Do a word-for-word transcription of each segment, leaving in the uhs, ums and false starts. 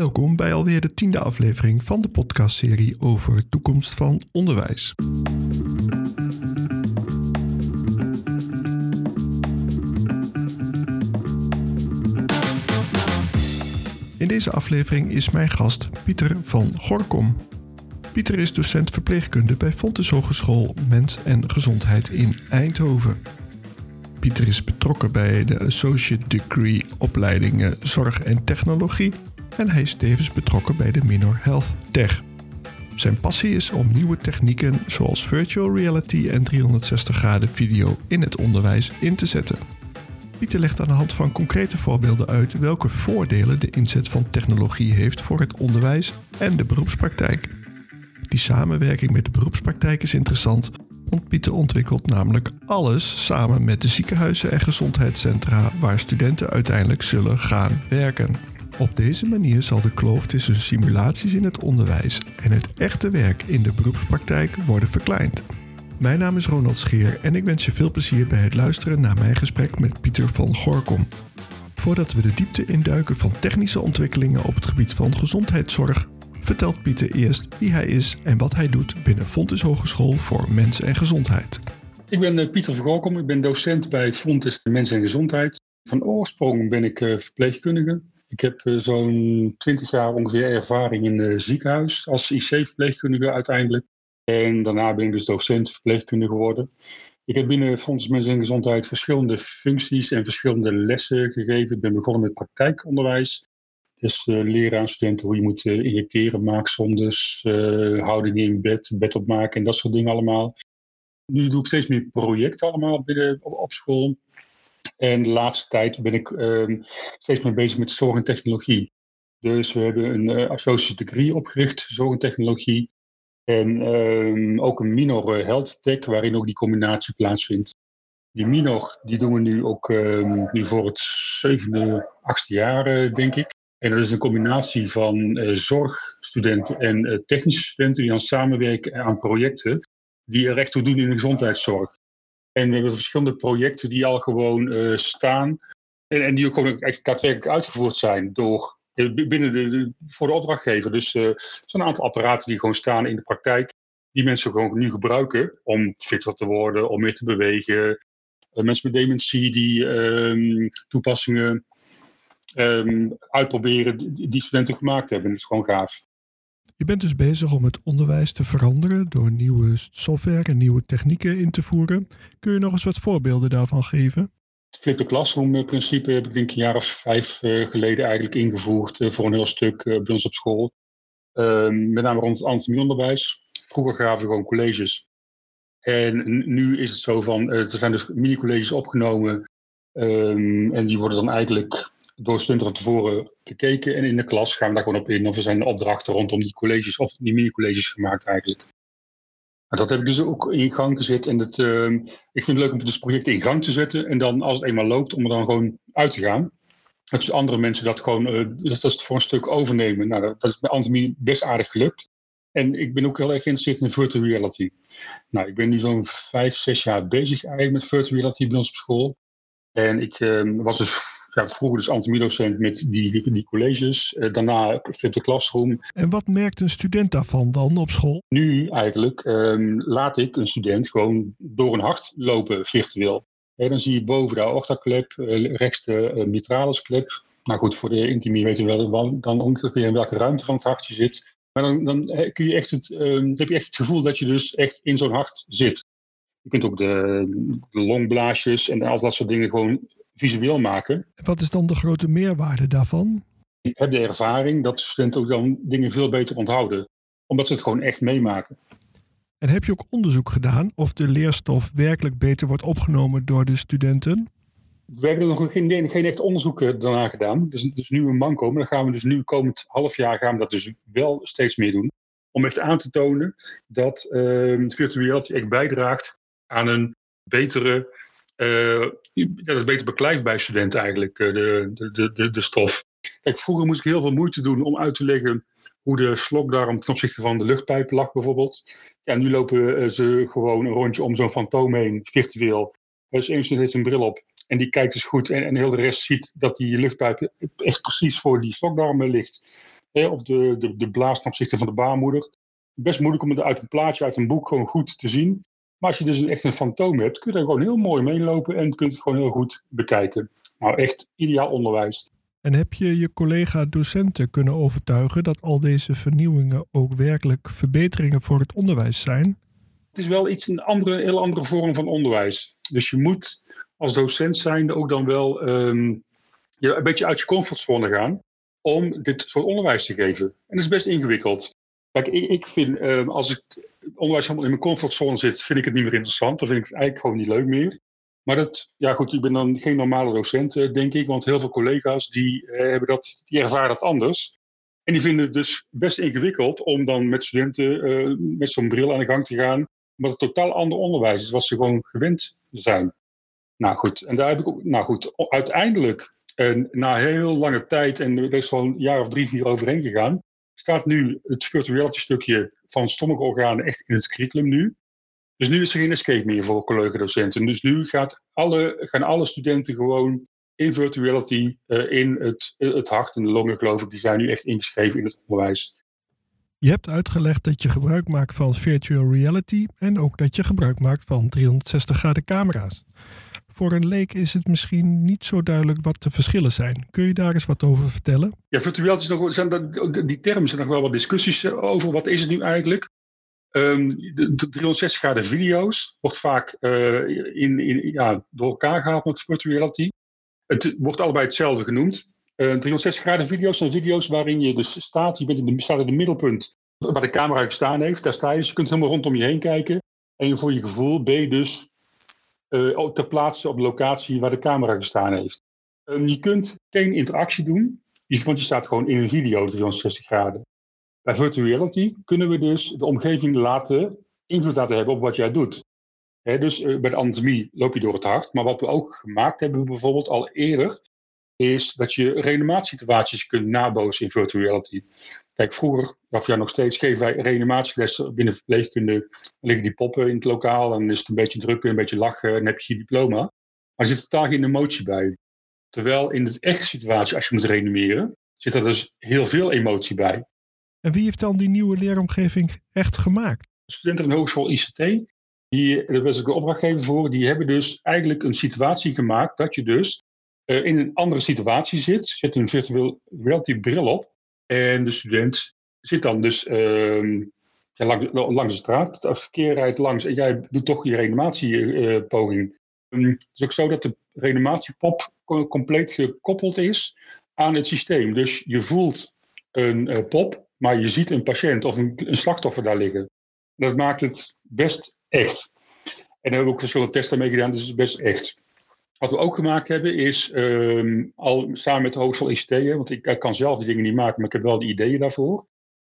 Welkom bij alweer de tiende aflevering van de podcastserie over toekomst van onderwijs. In deze aflevering is mijn gast Pieter van Gorkom. Pieter is docent verpleegkunde bij Fontys Hogeschool Mens en Gezondheid in Eindhoven. Pieter is betrokken bij de Associate Degree opleidingen Zorg en Technologie en hij is tevens betrokken bij de minor Health Tech. Zijn passie is om nieuwe technieken zoals virtual reality en driehonderdzestig graden video in het onderwijs in te zetten. Pieter legt aan de hand van concrete voorbeelden uit welke voordelen de inzet van technologie heeft voor het onderwijs en de beroepspraktijk. Die samenwerking met de beroepspraktijk is interessant, want Pieter ontwikkelt namelijk alles samen met de ziekenhuizen en gezondheidscentra waar studenten uiteindelijk zullen gaan werken. Op deze manier zal de kloof tussen simulaties in het onderwijs en het echte werk in de beroepspraktijk worden verkleind. Mijn naam is Ronald Scheer en ik wens je veel plezier bij het luisteren naar mijn gesprek met Pieter van Gorkom. Voordat we de diepte induiken van technische ontwikkelingen op het gebied van gezondheidszorg, vertelt Pieter eerst wie hij is en wat hij doet binnen Fontys Hogeschool voor Mens en Gezondheid. Ik ben Pieter van Gorkom, ik ben docent bij Fontys Mens en Gezondheid. Van oorsprong ben ik verpleegkundige. Ik heb zo'n twintig jaar ongeveer ervaring in het ziekenhuis als I C-verpleegkundige uiteindelijk. En daarna ben ik dus docent verpleegkundige geworden. Ik heb binnen Fontys Mens en Gezondheid verschillende functies en verschillende lessen gegeven. Ik ben begonnen met praktijkonderwijs. Dus uh, leren aan studenten hoe je moet uh, injecteren, maaksondes, uh, houdingen in bed, bed opmaken en dat soort dingen allemaal. Nu doe ik steeds meer projecten allemaal binnen, op, op school. En de laatste tijd ben ik uh, steeds meer bezig met zorg en technologie. Dus we hebben een uh, associate degree opgericht, zorg en technologie. En uh, ook een minor uh, health tech, waarin ook die combinatie plaatsvindt. Die minor die doen we nu ook uh, nu voor het zevende, achtste jaar, uh, denk ik. En dat is een combinatie van uh, zorgstudenten en uh, technische studenten die dan samenwerken aan projecten die er echt toe doen in de gezondheidszorg. En we hebben verschillende projecten die al gewoon uh, staan en, en die ook gewoon echt daadwerkelijk uitgevoerd zijn door, uh, binnen de, de, voor de opdrachtgever. Dus uh, zo'n aantal apparaten die gewoon staan in de praktijk, die mensen gewoon nu gebruiken om fitter te worden, om meer te bewegen. Uh, mensen met dementie die uh, toepassingen Um, uitproberen die, die studenten gemaakt hebben. Dat is gewoon gaaf. Je bent dus bezig om het onderwijs te veranderen door nieuwe software en nieuwe technieken in te voeren. Kun je nog eens wat voorbeelden daarvan geven? Het flipped classroom principe heb ik denk een jaar of vijf uh, geleden eigenlijk ingevoerd uh, voor een heel stuk uh, bij ons op school. Uh, met name rond het anatomieonderwijs. Vroeger gaven we gewoon colleges. En nu is het zo van, uh, er zijn dus mini-colleges opgenomen um, en die worden dan eigenlijk door studenten van tevoren gekeken en in de klas gaan we daar gewoon op in. Of er zijn opdrachten rondom die colleges of die mini-colleges gemaakt eigenlijk. Maar dat heb ik dus ook in gang gezet. En het, uh, ik vind het leuk om dus projecten in gang te zetten. En dan als het eenmaal loopt, om er dan gewoon uit te gaan. Dat dus andere mensen dat gewoon, uh, dat, dat is voor een stuk overnemen. Nou, dat, dat is bij anatomie best aardig gelukt. En ik ben ook heel erg geïnteresseerd in virtual reality. Nou, ik ben nu zo'n vijf, zes jaar bezig eigenlijk met virtual reality bij ons op school. En ik uh, was dus ja, vroeger dus anatomiedocent met die, die, die colleges. Uh, daarna flipped classroom. En wat merkt een student daarvan dan op school? Nu eigenlijk um, laat ik een student gewoon door een hart lopen virtueel. En dan zie je boven de aortaklep, uh, rechts de uh, mitralisklep. Nou goed, voor de intimie weten we wel dan ongeveer in welke ruimte van het hartje zit. Maar dan, dan, kun je echt het, um, heb je echt het gevoel dat je dus echt in zo'n hart zit. Je kunt ook de, de longblaasjes en al dat soort dingen gewoon visueel maken. Wat is dan de grote meerwaarde daarvan? Ik heb de ervaring dat de studenten ook dan dingen veel beter onthouden. Omdat ze het gewoon echt meemaken. En heb je ook onderzoek gedaan of de leerstof werkelijk beter wordt opgenomen door de studenten? We hebben nog geen, geen echt onderzoek daarna gedaan. Dus, dus nu een manko, maar dan gaan we dus nu komend half jaar gaan we dat dus wel steeds meer doen. Om echt aan te tonen dat uh, virtual reality echt bijdraagt aan een betere, uh, dat het beter beklijft bij studenten eigenlijk, uh, de, de, de, de stof. Kijk, vroeger moest ik heel veel moeite doen om uit te leggen hoe de slokdarm ten opzichte van de luchtpijp lag bijvoorbeeld. Ja, nu lopen ze gewoon een rondje om zo'n fantoom heen, virtueel. Dus één student heeft een bril op en die kijkt dus goed en, en heel de rest ziet dat die luchtpijp echt precies voor die slokdarm ligt. hè, of de, de, de blaas ten opzichte van de baarmoeder. Best moeilijk om het uit een plaatje, uit een boek gewoon goed te zien. Maar als je dus een, echt een fantoom hebt, kun je er gewoon heel mooi meelopen en kun je het gewoon heel goed bekijken. Nou, echt ideaal onderwijs. En heb je je collega-docenten kunnen overtuigen dat al deze vernieuwingen ook werkelijk verbeteringen voor het onderwijs zijn? Het is wel iets een andere, heel andere vorm van onderwijs. Dus je moet als docent zijnde ook dan wel um, je een beetje uit je comfortzone gaan om dit soort onderwijs te geven. En dat is best ingewikkeld. Kijk, ik, ik vind, um, als ik onderwijs helemaal in mijn comfortzone zit, vind ik het niet meer interessant. Dan vind ik het eigenlijk gewoon niet leuk meer. Maar dat, ja goed, ik ben dan geen normale docent, denk ik. Want heel veel collega's die, uh, hebben dat, die ervaren dat anders. En die vinden het dus best ingewikkeld om dan met studenten uh, met zo'n bril aan de gang te gaan. Omdat het totaal ander onderwijs is, wat ze gewoon gewend zijn. Nou goed, en daar heb ik ook, nou goed, uiteindelijk, uh, na heel lange tijd, en er is al een jaar of drie, vier overheen gegaan, staat nu het virtuality stukje van sommige organen echt in het curriculum nu. Dus nu is er geen escape meer voor collega-docenten. Dus nu gaat alle, gaan alle studenten gewoon in virtuality, uh, in het, het hart en de longen, geloof ik, die zijn nu echt ingeschreven in het onderwijs. Je hebt uitgelegd dat je gebruik maakt van virtual reality en ook dat je gebruik maakt van driehonderdzestig graden camera's. Voor een leek is het misschien niet zo duidelijk wat de verschillen zijn. Kun je daar eens wat over vertellen? Ja, virtual reality is nog, zijn, die termen zijn nog wel wat discussies over. Wat is het nu eigenlijk? Um, de, de driehonderdzestig graden video's wordt vaak uh, in, in, ja, door elkaar gehaald met virtual reality. Het wordt allebei hetzelfde genoemd. Uh, driehonderdzestig graden video's zijn video's waarin je dus staat. Je bent in de, staat in het middelpunt waar de camera gestaan heeft. Daar sta je, dus je kunt helemaal rondom je heen kijken. En voor je gevoel ben je dus uh, ter plaatse op de locatie waar de camera gestaan heeft. Um, je kunt geen interactie doen, want je staat gewoon in een video driehonderdzestig graden. Bij virtual reality kunnen we dus de omgeving laten, invloed laten hebben op wat jij doet. He, dus uh, bij de anatomie loop je door het hart. Maar wat we ook gemaakt hebben bijvoorbeeld al eerder, is dat je reanimatiesituaties kunt nabootsen in virtual reality. Kijk, vroeger, of ja nog steeds, geven wij reanimatielessen binnen verpleegkunde. Dan liggen die poppen in het lokaal, dan is het een beetje drukken, een beetje lachen en dan heb je je diploma. Maar er zit totaal geen emotie bij. Terwijl in de echte situatie, als je moet reanimeren, zit er dus heel veel emotie bij. En wie heeft dan die nieuwe leeromgeving echt gemaakt? Studenten van de Hogeschool I C T, die, daar was ik de opdrachtgever voor, die hebben dus eigenlijk een situatie gemaakt dat je dus uh, in een andere situatie zit. Zet een virtual reality bril op en de student zit dan dus uh, ja, langs, langs de straat. Het verkeer rijdt langs en jij doet toch je reanimatiepoging. Uh, um, het is ook zo dat de reanimatiepop compleet gekoppeld is aan het systeem. Dus je voelt een uh, pop, maar je ziet een patiënt of een, een slachtoffer daar liggen. Dat maakt het best echt. En daar hebben we ook verschillende testen mee gedaan, dus het is best echt. Wat we ook gemaakt hebben is, um, al samen met de Hogeschool I C T, hè, want ik, ik kan zelf die dingen niet maken, maar ik heb wel de ideeën daarvoor,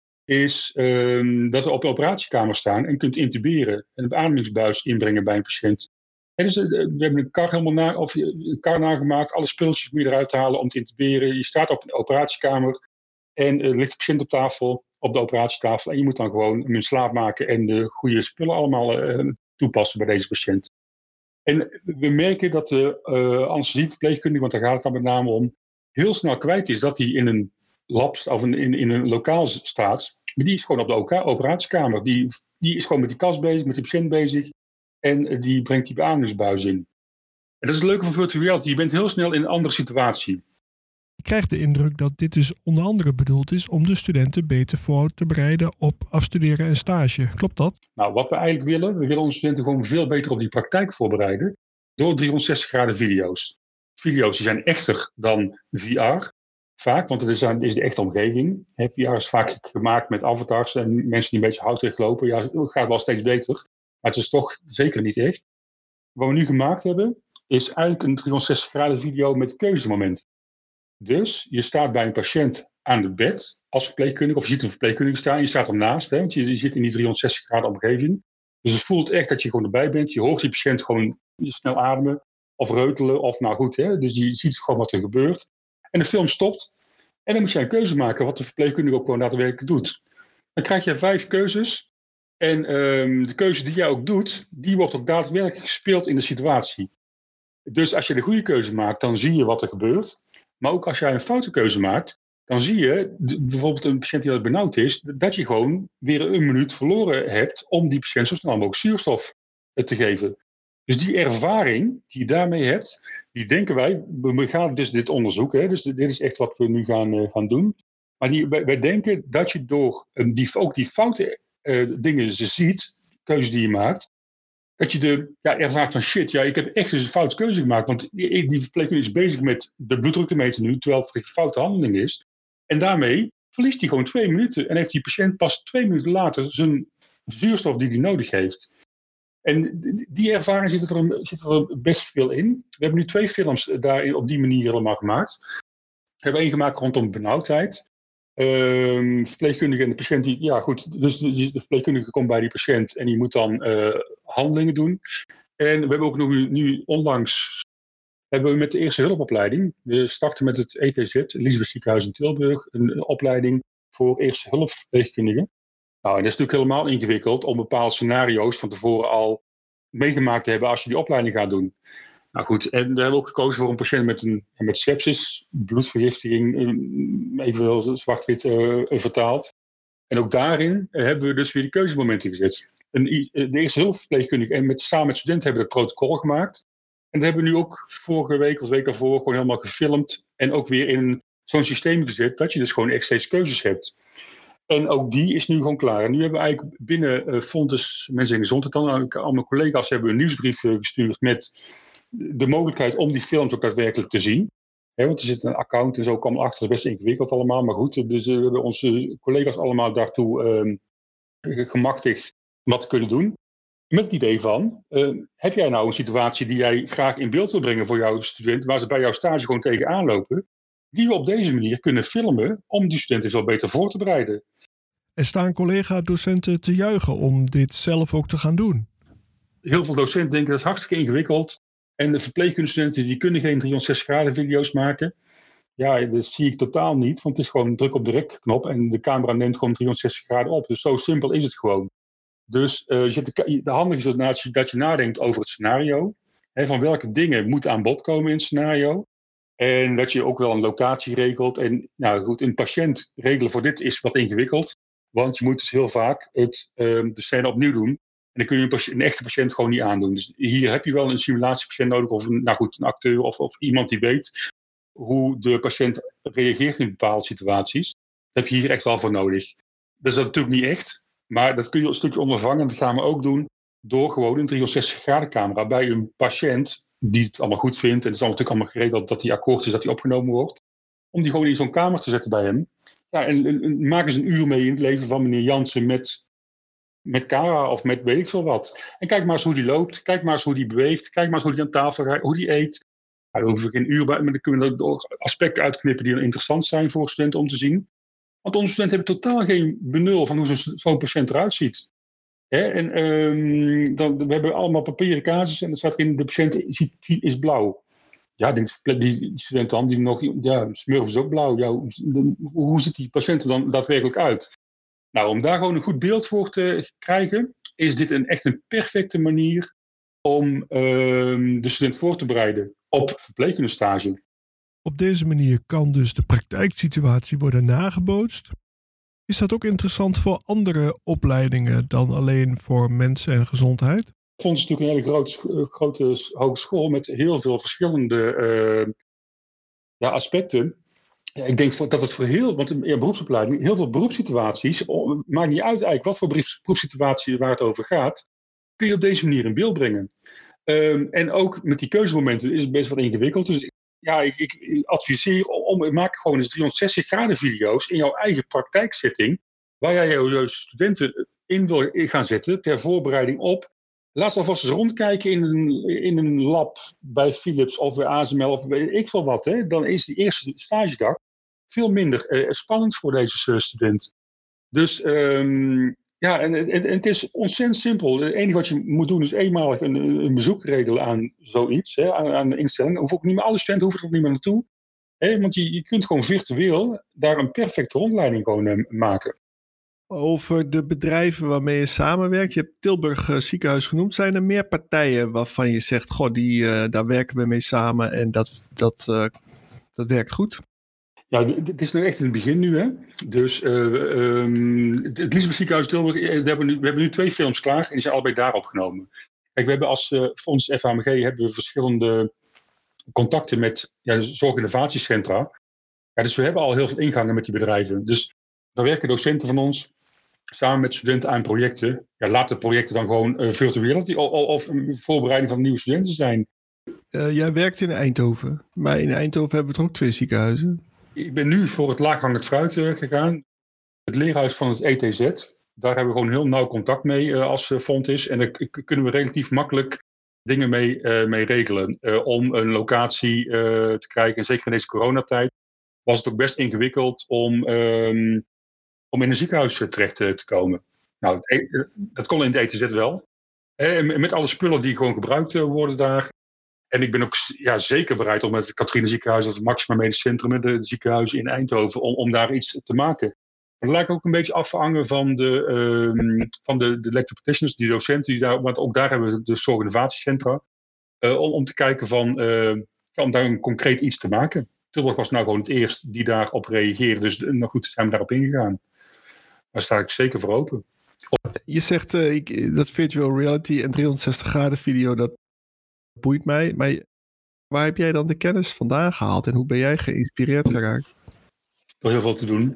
is um, dat we op de operatiekamer staan en kunt intuberen en een beademingsbuis inbrengen bij een patiënt. En dus, uh, we hebben een kar, helemaal na, of, een kar nagemaakt, alle spulletjes moet je eruit halen om te intuberen. Je staat op een operatiekamer en er uh, ligt de patiënt op tafel, op de operatietafel. En je moet dan gewoon hem in slaap maken en de goede spullen allemaal uh, toepassen bij deze patiënt. En we merken dat de uh, anesthesieverpleegkundige, want daar gaat het dan met name om, heel snel kwijt is dat hij in een lab of in, in, in een lokaal staat. Maar die is gewoon op de operatiekamer. Die, die is gewoon met die kast bezig, met die patiënt bezig. En uh, die brengt die beademingsbuis in. En dat is het leuke van virtual reality. Je bent heel snel in een andere situatie. Ik krijg de indruk dat dit dus onder andere bedoeld is om de studenten beter voor te bereiden op afstuderen en stage. Klopt dat? Nou, wat we eigenlijk willen, we willen onze studenten gewoon veel beter op die praktijk voorbereiden door driehonderdzestig graden video's. Video's die zijn echter dan V R, vaak, want het is, is de echte omgeving. He, V R is vaak gemaakt met avatars en mensen die een beetje houtweg lopen. Ja, het gaat wel steeds beter, maar het is toch zeker niet echt. Wat we nu gemaakt hebben, is eigenlijk een driehonderdzestig graden video met keuzemomenten. Dus je staat bij een patiënt aan het bed als verpleegkundige, of je ziet een verpleegkundige staan, je staat ernaast, hè, want je, je zit in die driehonderdzestig graden omgeving. Dus het voelt echt dat je gewoon erbij bent. Je hoort die patiënt gewoon snel ademen of reutelen, of nou goed, hè, dus je ziet gewoon wat er gebeurt. En de film stopt en dan moet je een keuze maken wat de verpleegkundige ook gewoon daadwerkelijk doet. Dan krijg je vijf keuzes en um, de keuze die jij ook doet, die wordt ook daadwerkelijk gespeeld in de situatie. Dus als je de goede keuze maakt, dan zie je wat er gebeurt. Maar ook als jij een foute keuze maakt, dan zie je, d- bijvoorbeeld een patiënt die wat benauwd is, d- dat je gewoon weer een minuut verloren hebt om die patiënt zo snel mogelijk zuurstof eh, te geven. Dus die ervaring die je daarmee hebt, die denken wij, we we gaan dus dit onderzoeken, hè, dus dit is echt wat we nu gaan, eh, gaan doen. Maar die, wij, wij denken dat je door eh, die, ook die foute eh, dingen ze ziet, keuzes die je maakt, dat je de, ja, ervaart van shit, ja, ik heb echt dus een foute keuze gemaakt. Want die, die verpleegkundige is bezig met de bloeddruk te meten nu, terwijl het een foute handeling is. En daarmee verliest hij gewoon twee minuten en heeft die patiënt pas twee minuten later zijn zuurstof die hij nodig heeft. En die ervaring zit er, zit er best veel in. We hebben nu twee films daar op die manier allemaal gemaakt. We hebben één gemaakt rondom benauwdheid. Um, verpleegkundige en de patiënt, die, ja goed, dus de, de verpleegkundige komt bij die patiënt en die moet dan uh, handelingen doen. En we hebben ook nog nu onlangs, hebben we met de eerste hulpopleiding, we starten met het E T Z, Elisabeth Ziekenhuis in Tilburg, een, een opleiding voor eerste hulp verpleegkundigen. Nou, en dat is natuurlijk helemaal ingewikkeld om bepaalde scenario's van tevoren al meegemaakt te hebben als je die opleiding gaat doen. Nou goed, en we hebben ook gekozen voor een patiënt met, een, met sepsis, bloedvergiftiging, even zwart-wit uh, vertaald. En ook daarin hebben we dus weer die keuzemomenten gezet. En de eerste hulpverpleegkundige en met, samen met studenten hebben we het protocol gemaakt. En dat hebben we nu ook vorige week of de week daarvoor gewoon helemaal gefilmd. En ook weer in zo'n systeem gezet dat je dus gewoon echt steeds keuzes hebt. En ook die is nu gewoon klaar. En nu hebben we eigenlijk binnen uh, Fontes Mensen en Gezondheid, dan al mijn collega's hebben een nieuwsbrief uh, gestuurd met de mogelijkheid om die films ook daadwerkelijk te zien. He, want er zit een account en zo kwam achter, dat is best ingewikkeld allemaal. Maar goed, dus uh, we hebben onze collega's allemaal daartoe uh, gemachtigd om wat te kunnen doen. Met het idee van, uh, heb jij nou een situatie die jij graag in beeld wil brengen voor jouw student, waar ze bij jouw stage gewoon tegenaan lopen, die we op deze manier kunnen filmen om die studenten veel beter voor te bereiden. En staan collega-docenten te juichen om dit zelf ook te gaan doen? Heel veel docenten denken dat is hartstikke ingewikkeld. En de verpleegkundestudenten die kunnen geen driehonderdzestig graden video's maken. Ja, dat zie ik totaal niet, want het is gewoon druk op de rekknop en de camera neemt gewoon driehonderdzestig graden op. Dus zo simpel is het gewoon. Dus uh, je zit de, de handig is dat je, dat je nadenkt over het scenario. Hè, van welke dingen moeten aan bod komen in het scenario. En dat je ook wel een locatie regelt. En nou goed, een patiënt regelen voor dit is wat ingewikkeld. Want je moet dus heel vaak het, uh, de scène opnieuw doen. En dan kun je een, patiënt, een echte patiënt gewoon niet aandoen. Dus hier heb je wel een simulatiepatiënt nodig. Of een, nou goed, een acteur of, of iemand die weet hoe de patiënt reageert in bepaalde situaties. Dat heb je hier echt wel voor nodig. Dat is dat natuurlijk niet echt. Maar dat kun je een stukje ondervangen. En dat gaan we ook doen door gewoon een driehonderdzestig graden camera bij een patiënt die het allemaal goed vindt. En het is natuurlijk allemaal geregeld dat hij akkoord is dat hij opgenomen wordt. Om die gewoon in zo'n kamer te zetten bij hem. Ja, en, en, en maak eens een uur mee in het leven van meneer Jansen met, met Cara of met weet ik veel wat. En kijk maar eens hoe die loopt. Kijk maar eens hoe die beweegt. Kijk maar eens hoe die aan tafel gaat. Hoe die eet. Ja, daar hoeven we geen uur bij. Maar dan kunnen we ook aspecten uitknippen die interessant zijn voor studenten om te zien. Want onze studenten hebben totaal geen benul van hoe zo'n patiënt eruit ziet. Hè? En um, dan, we hebben allemaal papieren casus en er staat in de patiënt ziet, is blauw. Ja, die, die student dan, die nog, ja, smurf is ook blauw. Ja, hoe, hoe ziet die patiënt er dan daadwerkelijk uit? Nou, om daar gewoon een goed beeld voor te krijgen, is dit een, echt een perfecte manier om um, de student voor te bereiden op verpleegkundestage. Op deze manier kan dus de praktijksituatie worden nagebootst. Is dat ook interessant voor andere opleidingen dan alleen voor mensen en gezondheid? Fontes is natuurlijk een hele grote, grote hogeschool met heel veel verschillende uh, ja, aspecten. Ja, ik denk dat het voor heel, want in beroepsopleiding, heel veel beroepssituaties, oh, maakt niet uit eigenlijk wat voor beroepssituatie waar het over gaat, kun je op deze manier in beeld brengen. Um, en ook met die keuzemomenten is het best wat ingewikkeld. Dus ja, ik, ik adviseer om, maak gewoon eens driehonderdzestig graden video's in jouw eigen praktijksetting, waar jij jouw studenten in wil gaan zetten ter voorbereiding op. Laat ze alvast eens rondkijken in een, in een lab bij Philips of bij A S M L of weet ik veel wat. Hè. Dan is die eerste stagedag veel minder uh, spannend voor deze uh, student. Dus um, ja, en, en, en het is ontzettend simpel. Het enige wat je moet doen is eenmalig een, een bezoek regelen aan zoiets, hè, aan, aan de instelling. Hoef ook niet meer, alle studenten hoeven er niet meer naartoe. Hè, want je, je kunt gewoon virtueel daar een perfecte rondleiding gewoon uh, maken. Over de bedrijven waarmee je samenwerkt. Je hebt Tilburg uh, Ziekenhuis genoemd. Zijn er meer partijen waarvan je zegt, goh, die, uh, daar werken we mee samen en dat, dat, uh, dat werkt goed? Ja, het is nog echt in het begin nu, hè. Dus uh, um, het Liesbeth Ziekenhuis Tilburg, we hebben, nu, we hebben nu twee films klaar en die zijn allebei daar opgenomen. Kijk, we hebben als uh, Fonds F H M G hebben we verschillende contacten met ja, zorginnovatiecentra. Ja, dus we hebben al heel veel ingangen met die bedrijven. Dus daar werken docenten van ons samen met studenten aan projecten. Ja, laat de projecten dan gewoon uh, virtueel of, of voorbereiding van nieuwe studenten zijn. Uh, jij werkt in Eindhoven, maar in Eindhoven hebben we toch ook twee ziekenhuizen? Ik ben nu voor het laaghangend fruit uh, gegaan. Het leerhuis van het E T Z. Daar hebben we gewoon heel nauw contact mee uh, als uh, Fontis. En daar k- kunnen we relatief makkelijk dingen mee, uh, mee regelen. Uh, om een locatie uh, te krijgen. En zeker in deze coronatijd was het ook best ingewikkeld om, um, om in een ziekenhuis terecht uh, te komen. Nou, dat kon in het E T Z wel. En met alle spullen die gewoon gebruikt uh, worden daar. En ik ben ook ja, zeker bereid om met het Catharina Ziekenhuis, het Maxima Medisch Centrum, de, de ziekenhuizen in Eindhoven, om, om daar iets te maken. Maar dat lijkt ook een beetje afhangen van de, um, van de, de lecture practitioners, die docenten, die daar, want ook daar hebben we de zorginnovatiecentra, uh, om, om te kijken van, uh, om daar een concreet iets te maken. Tilburg was nou gewoon het eerst die daarop reageerde, dus nou goed, zijn we daarop ingegaan. Daar sta ik zeker voor open. Je zegt uh, ik, dat virtual reality en driehonderdzestig graden video, dat boeit mij. Maar waar heb jij dan de kennis vandaan gehaald en hoe ben jij geïnspireerd geraakt? Door heel veel te doen.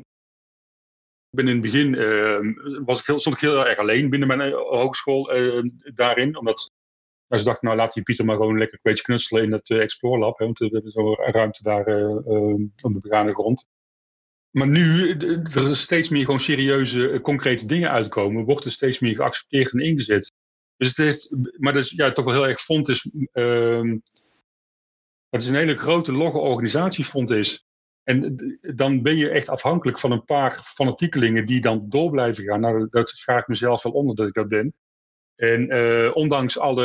Ik ben in het begin, uh, was ik heel, stond ik heel erg alleen binnen mijn uh, hogeschool uh, daarin. Omdat nou, ze dachten, nou laat die Pieter maar gewoon lekker een beetje knutselen in het uh, Explore Lab. Hè, want uh, we hebben zo'n ruimte daar uh, uh, op de begane grond. Maar nu er steeds meer gewoon serieuze, uh, concrete dingen uitkomen, wordt er steeds meer geaccepteerd en ingezet. Dus het heeft, maar dat is ja, toch wel heel erg Fontis. Uh, het is een hele grote logge organisatie Fontis. En dan ben je echt afhankelijk van een paar fanatiekelingen die dan door blijven gaan. Nou, dat schaar ik mezelf wel onder dat ik dat ben. En uh, ondanks alle,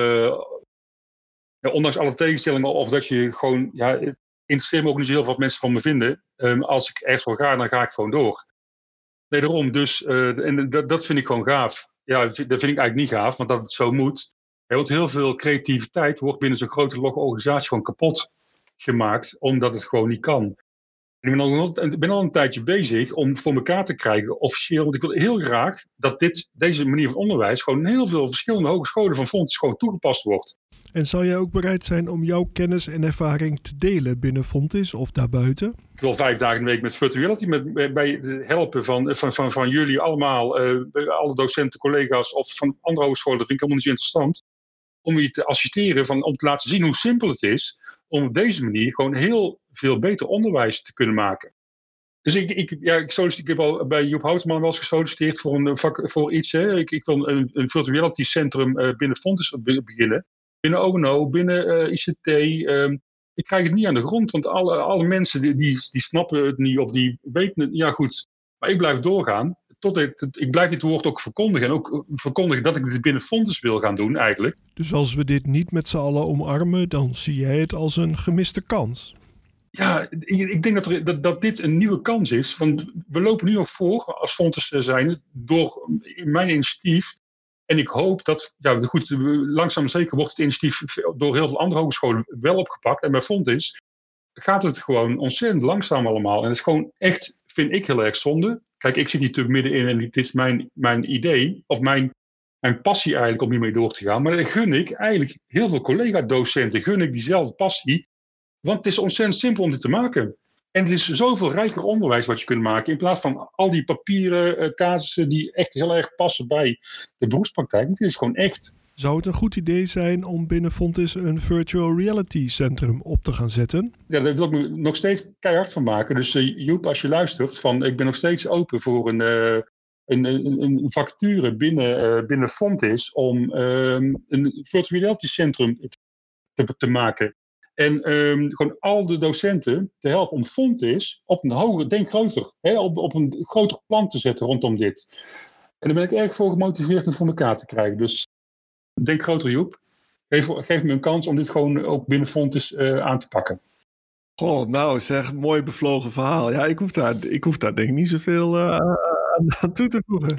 ja, ondanks alle tegenstellingen, of dat je gewoon, ja, interesseert me ook niet zo heel veel wat mensen van me vinden. Um, als ik ergens voor ga, dan ga ik gewoon door. Nee, daarom. Dus, uh, en dat, dat vind ik gewoon gaaf. Ja, dat vind ik eigenlijk niet gaaf, want dat het zo moet. Ja, want heel veel creativiteit wordt binnen zo'n grote logge organisatie gewoon kapot gemaakt, omdat het gewoon niet kan. Ik ben al, ik ben al een tijdje bezig om voor elkaar te krijgen, officieel, want ik wil heel graag dat dit, deze manier van onderwijs gewoon in heel veel verschillende hogescholen van Fontis gewoon toegepast wordt. En zou jij ook bereid zijn om jouw kennis en ervaring te delen binnen Fontis of daarbuiten? Ik wil vijf dagen in de week met virtuality, met, bij het helpen van, van, van, van jullie allemaal, uh, alle docenten, collega's of van andere hogescholen, dat vind ik helemaal niet zo interessant. Om je te assisteren, van, om te laten zien hoe simpel het is om op deze manier gewoon heel veel beter onderwijs te kunnen maken. Dus ik, ik, ja, ik, ik heb al bij Joep Houteman wel eens gesolliciteerd voor, een vak, voor iets. Hè. Ik, ik wil een, een virtuality centrum uh, binnen Fontis beginnen. Binnen O en O, binnen uh, I C T. Um, ik krijg het niet aan de grond, want alle, alle mensen die, die, die snappen het niet of die weten het. Ja goed, maar ik blijf doorgaan. Tot ik, ik blijf dit woord ook verkondigen. En ook verkondigen dat ik dit binnen Fontis wil gaan doen eigenlijk. Dus als we dit niet met z'n allen omarmen, dan zie jij het als een gemiste kans? Ja, ik denk dat, er, dat, dat dit een nieuwe kans is. Want we lopen nu nog voor, als Fontis zijn, door mijn initiatief. En ik hoop dat, ja goed, langzaam zeker wordt het initiatief door heel veel andere hogescholen wel opgepakt. En bij Fontis gaat het gewoon ontzettend langzaam allemaal. En het is gewoon echt, vind ik, heel erg zonde. Kijk, ik zit hier natuurlijk middenin en dit is mijn, mijn idee, of mijn, mijn passie eigenlijk om hiermee door te gaan. Maar dan gun ik eigenlijk heel veel collega-docenten, gun ik diezelfde passie. Want het is ontzettend simpel om dit te maken. En het is zoveel rijker onderwijs wat je kunt maken. In plaats van al die papieren uh, casussen die echt heel erg passen bij de beroepspraktijk. Het is gewoon echt. Zou het een goed idee zijn om binnen Fontis een virtual reality centrum op te gaan zetten? Ja, daar wil ik me nog steeds keihard van maken. Dus uh, Joep, als je luistert, van, ik ben nog steeds open voor een, uh, een, een, een vacature binnen, uh, binnen Fontis om uh, een virtual reality centrum te, te maken. En um, gewoon al de docenten te helpen om Fontis op een hoger, denk groter, hè, op, op een groter plan te zetten rondom dit. En daar ben ik erg voor gemotiveerd om voor elkaar te krijgen. Dus denk groter, Joep. Geef, geef me een kans om dit gewoon ook binnen Fontis uh, aan te pakken. Goh, nou zeg, mooi bevlogen verhaal. Ja, ik hoef daar, ik hoef daar denk ik niet zoveel uh, aan, aan toe te voegen.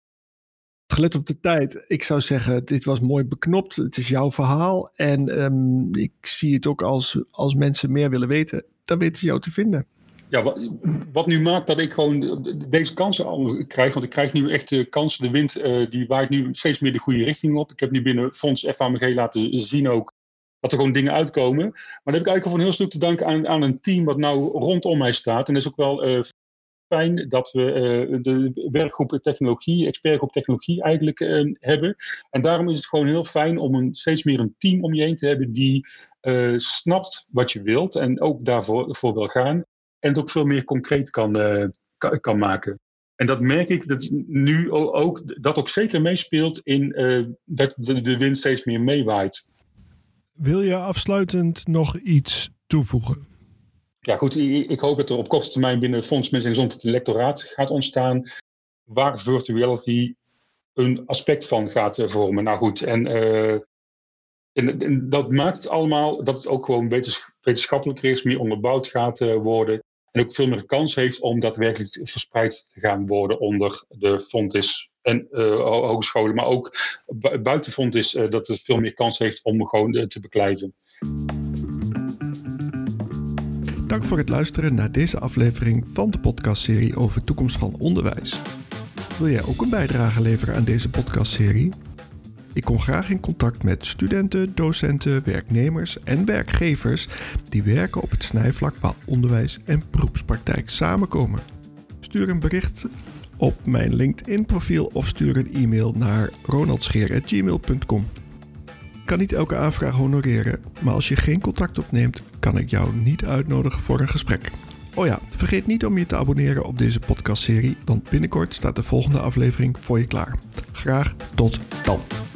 Gelet op de tijd, ik zou zeggen, dit was mooi beknopt. Het is jouw verhaal. En um, ik zie het ook als, als mensen meer willen weten, dan weten ze jou te vinden. Ja, wat, wat nu maakt dat ik gewoon deze kansen al krijg, want ik krijg nu echt de kansen, de wind uh, die waait nu steeds meer de goede richting op. Ik heb nu binnen Fonds F H M G laten zien ook dat er gewoon dingen uitkomen. Maar dat heb ik eigenlijk voor een heel stuk te danken aan, aan een team wat nou rondom mij staat. En dat is ook wel uh, fijn dat we uh, de werkgroep technologie, expertgroep technologie eigenlijk uh, hebben. En daarom is het gewoon heel fijn om een, steeds meer een team om je heen te hebben die uh, snapt wat je wilt en ook daarvoor voor wil gaan. En het ook veel meer concreet kan, uh, kan, kan maken. En dat merk ik dat nu ook, dat ook zeker meespeelt in uh, dat de, de wind steeds meer meewaait. Wil je afsluitend nog iets toevoegen? Ja goed, ik hoop dat er op korte termijn binnen Fonds Mens en Gezondheid een lectoraat gaat ontstaan waar virtual reality een aspect van gaat vormen. Nou goed, en, uh, en, en dat maakt het allemaal dat het ook gewoon wetenschappelijker is, meer onderbouwd gaat uh, worden. En ook veel meer kans heeft om daadwerkelijk verspreid te gaan worden onder de Fontis en uh, hogescholen. Maar ook bu- buiten Fontis uh, dat het veel meer kans heeft om gewoon uh, te beklijven. Dank voor het luisteren naar deze aflevering van de podcastserie over toekomst van onderwijs. Wil jij ook een bijdrage leveren aan deze podcastserie? Ik kom graag in contact met studenten, docenten, werknemers en werkgevers die werken op het snijvlak waar onderwijs en beroepspraktijk samenkomen. Stuur een bericht op mijn LinkedIn profiel of stuur een e-mail naar ronaldscheer at gmail punt com. Ik kan niet elke aanvraag honoreren, maar als je geen contact opneemt, kan ik jou niet uitnodigen voor een gesprek. Oh ja, vergeet niet om je te abonneren op deze podcastserie, want binnenkort staat de volgende aflevering voor je klaar. Graag tot dan.